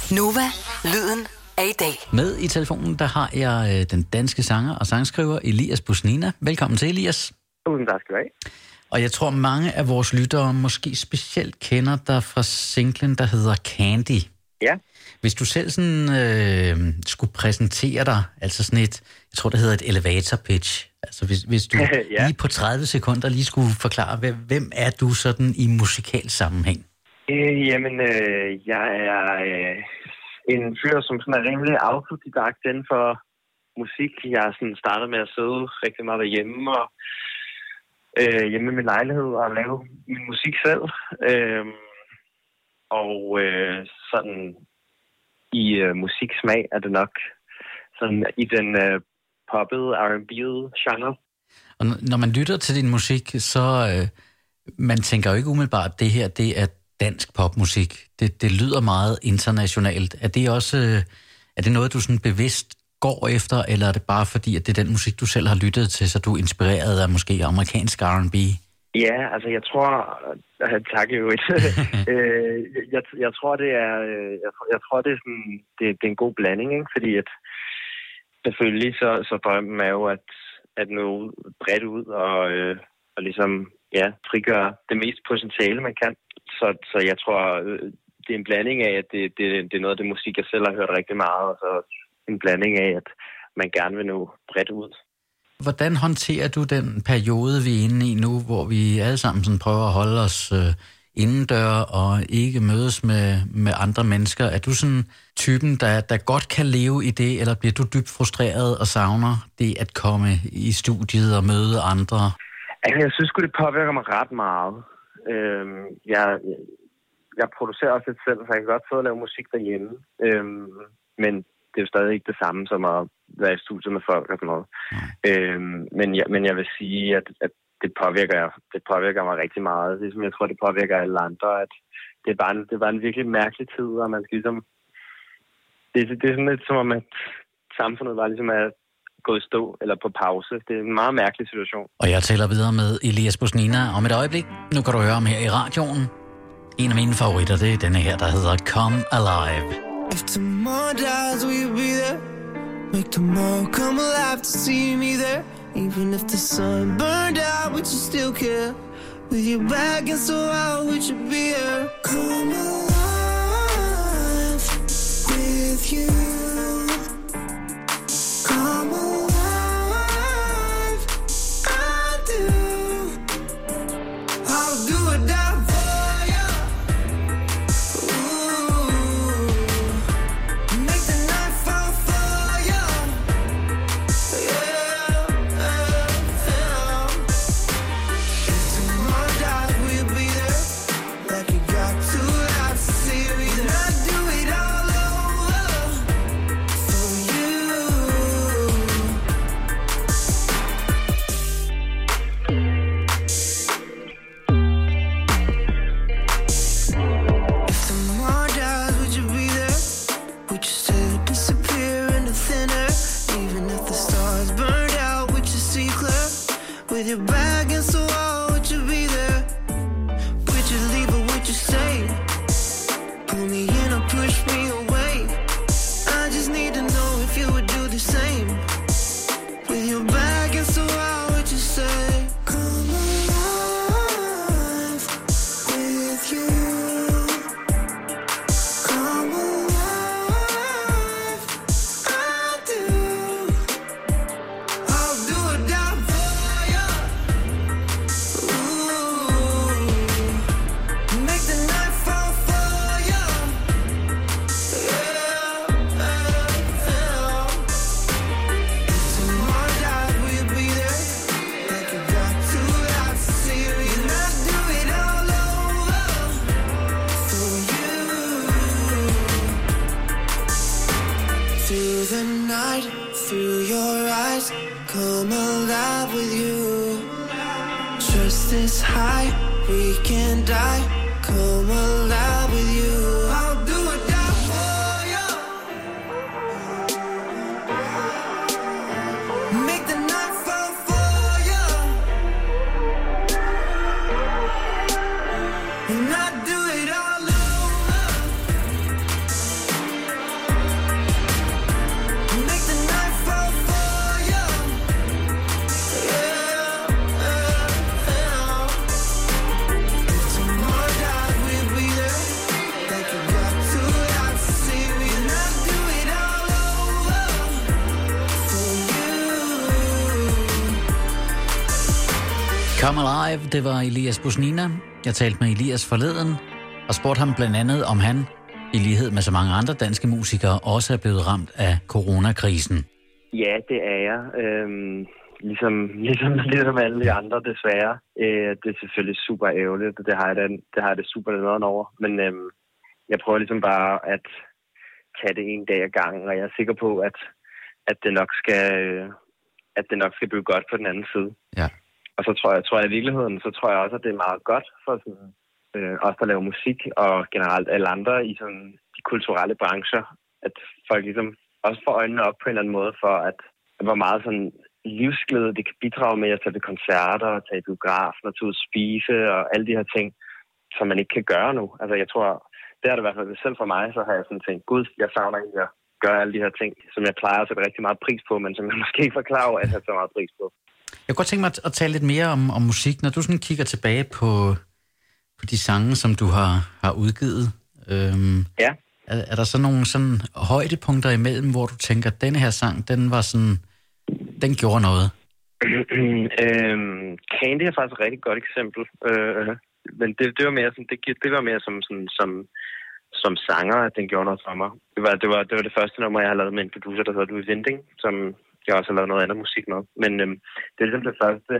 Nova, lyden af i dag. Med i telefonen, der har jeg den danske sanger og sangskriver Elias Busnina. Velkommen til, Elias. Tusind tak skal du have. Og jeg tror, mange af vores lyttere måske specielt kender dig fra singlen, der hedder Candy. Ja. Hvis du selv sådan, skulle præsentere dig, altså sådan et, jeg tror, det hedder et elevator pitch. Altså hvis du Ja. lige på 30 sekunder lige skulle forklare, hvem er du sådan i musikal sammenhæng? Jeg er en fyr, som sådan er rimelig autodidakt inden for musik. Jeg har sådan startet med at sidde rigtig meget derhjemme og hjemme i min lejlighed og lave min musik selv. Sådan i musiksmag er det nok sådan i den poppede R&B'ede genre. Og når man lytter til din musik, så man tænker jo ikke umiddelbart, at det her det er dansk popmusik. Det lyder meget internationalt. Er det også er det noget, du sådan bevidst går efter, eller er det bare fordi, at det er den musik, du selv har lyttet til, så du er inspireret af måske amerikansk R&B? Ja, altså jeg tror... tak jo ikke. Jeg tror, det er... Jeg tror, det er sådan... Det er en god blanding, ikke? Fordi at selvfølgelig så drømmen er jo at nå bredt ud og ligesom frigøre det mest potentiale, man kan. Så jeg tror, det er en blanding af, at det er noget af det musik, jeg selv har hørt rigtig meget, og så en blanding af, at man gerne vil nå bredt ud. Hvordan håndterer du den periode, vi er inde i nu, hvor vi alle sammen sådan prøver at holde os indendør og ikke mødes med andre mennesker? Er du sådan typen, der godt kan leve i det, eller bliver du dybt frustreret og savner det at komme i studiet og møde andre? Altså, jeg synes det påvirker mig ret meget. Jeg producerer også lidt selv, så jeg kan godt sidde og lave musik derhjemme. Men det er jo stadig ikke det samme som at være i studiet med folk og sådan noget. Men jeg vil sige, at det påvirker mig rigtig meget. Ligesom jeg tror, det påvirker alle andre. At det er bare en virkelig mærkelig tid, og man skal ligesom... Det er sådan lidt som om, at samfundet bare ligesom er gået i stå eller på pause. Det er en meget mærkelig situation. Og jeg taler videre med Elias Busnina om et øjeblik. Nu kan du høre ham her i radioen. En af mine favoritter, det er denne her, der hedder Come Alive. If tomorrow dies, will you be there? Make tomorrow come alive to see me there. Even if the sun burned out, would you still care? With your back and so out, would you be here? Come alive with you. Come alive, I do. I'll do it now for you. Ooh, make the night fall for you. Yeah. If tomorrow dies, we'll be there. Like you got 2 lives to see me there. I'd do it all over for you. If tomorrow dies, would you be there? Would you still disappear into thin air? Even if the stars burned out, would you see clear? With your back against the wall, would you be there? Would you leave or would you stay? Pull me in or push me away? I just need to know if you would do the same. With your back against the wall, would you say? Come alive with you. Come alive, I do. I'll do it down for you. Ooh, make the night fall for you. If tomorrow dies, we'll be there. Like you got 2 lives to see me. And I'd do it all over for you. Through the night, through your eyes, come alive with you. Trust this high, we can die. Come alive with you. I'll do it down for you. Make the night fall for you. And I do it all over. Come Alive, det var Elias Busnina. Jeg talte med Elias forleden og spurgte ham blandt andet, om han, i lighed med så mange andre danske musikere, også er blevet ramt af coronakrisen. Ja, det er jeg. Ligesom alle de andre, desværre. Det er selvfølgelig super ærgerligt. Det har jeg det super nederen over. Men jeg prøver ligesom bare at tage det en dag ad gangen, og jeg er sikker på, at det nok skal blive godt på den anden side. Ja. Og så tror jeg i virkeligheden, også, at det er meget godt for sådan, os, der laver musik, og generelt alle andre i sådan de kulturelle brancher, at folk ligesom også får øjnene op på en eller anden måde for, at hvor meget sådan livsglæde det kan bidrage med at tage til koncerter, og tage i biografen og tage ud og spise, og alle de her ting, som man ikke kan gøre nu. Altså jeg tror, det er det i hvert fald selv for mig, så har jeg sådan tænkt, gud, jeg savner egentlig at gøre alle de her ting, som jeg plejer at sætte rigtig meget pris på, men som jeg måske ikke var klar over, at jeg så meget pris på. Jeg kunne godt tænke mig at tale lidt mere om musik. Når du sådan kigger tilbage på de sange, som du har udgivet, ja. Er der så nogle sådan højdepunkter imellem, hvor du tænker, at denne her sang, den gjorde noget? Candy er faktisk et rigtig godt eksempel. Men det var mere sådan, det var mere som sanger, at den gjorde noget for mig. Det var det første nummer, jeg har lavet med en producer, der hedder Louis Winding, som jeg også har lavet noget andet musik med. Men det er ligesom det første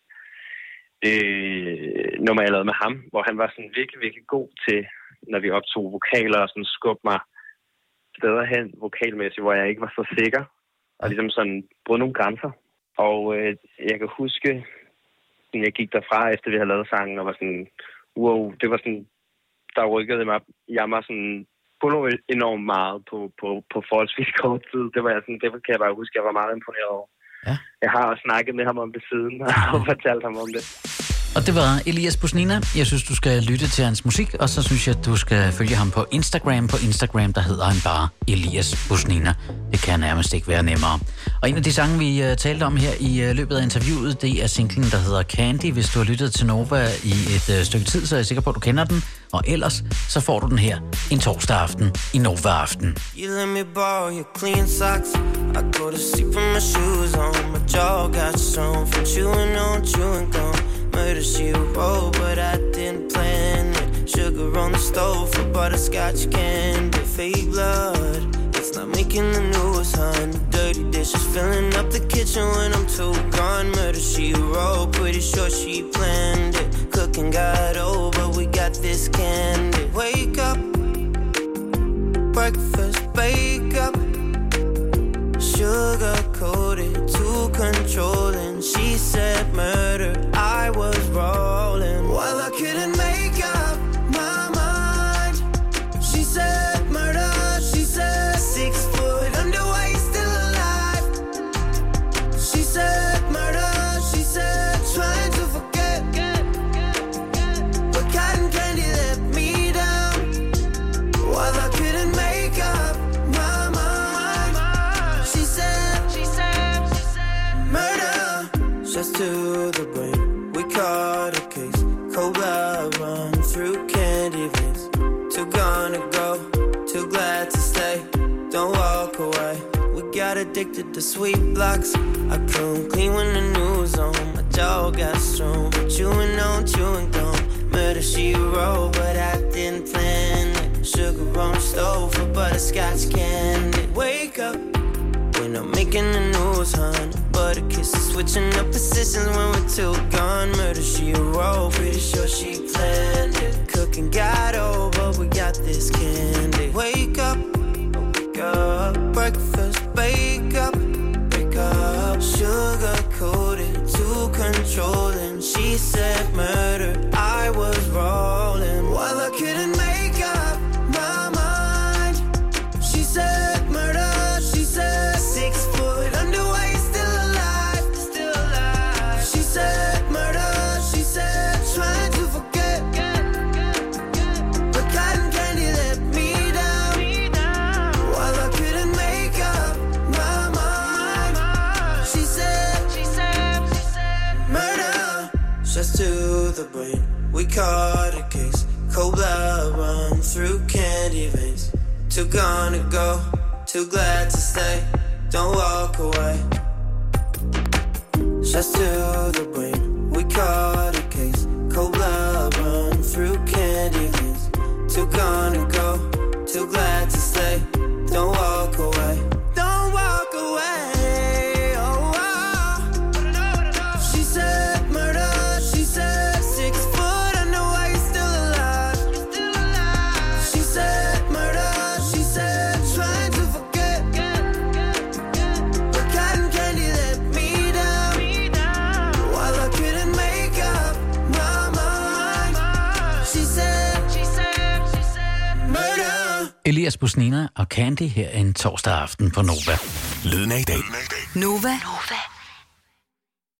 nummer, jeg lavede med ham, hvor han var sådan virkelig, virkelig god til, når vi optog vokaler og sådan skubbe mig steder hen vokalmæssigt, hvor jeg ikke var så sikker. Og ligesom sådan brød nogle grænser. Og jeg kan huske, at jeg gik derfra, efter vi havde lavet sangen, og var sådan, wow, det var sådan, der rykkede mig. Jeg var sådan enormt meget på forholdsvis kort tid. Det kan jeg bare huske, jeg var meget imponeret over. Ja. Jeg har snakket med ham om det siden, og fortalt ham om det. Og det var Elias Busnina. Jeg synes, du skal lytte til hans musik, og så synes jeg, at du skal følge ham på Instagram. På Instagram, der hedder han bare Elias Busnina. Det kan nærmest ikke være nemmere. Og en af de sange, vi talte om her i løbet af interviewet, det er singlen, der hedder Candy. Hvis du har lyttet til Nova i et stykke tid, så er jeg sikker på, at du kender den. Og ellers, så får du den her en torsdag aften i Nova Aften. You let me borrow your clean socks. I go to sleep with my shoes on. My jaw got strong from chewing on chewing gum. Murder she wrote, but I didn't plan it. Sugar on the stove for butterscotch candy. Fake blood, it's not making the news, honey. Dirty dishes filling up the kitchen when I'm too gone. Murder she wrote, pretty sure she planned it. Cooking got old, but we got this candy. Wake up, breakfast, bake up. Sugar coated, too controlling. She said murder, I was rolling. While I couldn't make up my mind, she said murder, she said 6 foot underway, still alive. She said murder, she said trying to forget, but cotton candy let me down. While I couldn't make up my mind, she said murder, just to the brain. We caught a case, cold blood run through candy veins. Too gonna go, too glad to stay. Don't walk away. We got addicted to sweet blocks. I come clean when the news on. My jaw got strong, chewing on chewing gum. Murder she wrote, but I didn't plan it. Sugar on the stove for butterscotch candy. Wake up when I'm making the news, honey. Butter kisses, switching up positions when we're too gone. Murder she wrote, pretty sure she planned it. Cooking got old, but we got this candy. Wake up, breakfast, bake up, wake up. Sugar coated, too controlling. She said murder, I was rolling. While I couldn't make up my mind, she said murder, she said 6 foot underway, still alive, still alive. She said murder, she said trying to forget, but cotton candy let me down. While I couldn't make up my mind, she said murder, just to the brain. We caught a case, cold blood run through candy veins. Too gonna go, too glad to stay. Don't walk away. Just to the brain. We caught a case, cold blood run through candy veins. Too gone to go, too glad to stay. Don't walk away, don't walk away. Oh, oh. She said murder, she said 6 foot under, why you still alive? She said murder, she said trying to forget. But cotton candy let me down, while I couldn't make up my mind. She said murder. Elias Busnina og Candy her en torsdag aften på Nova. Lyden af i dag. Nova.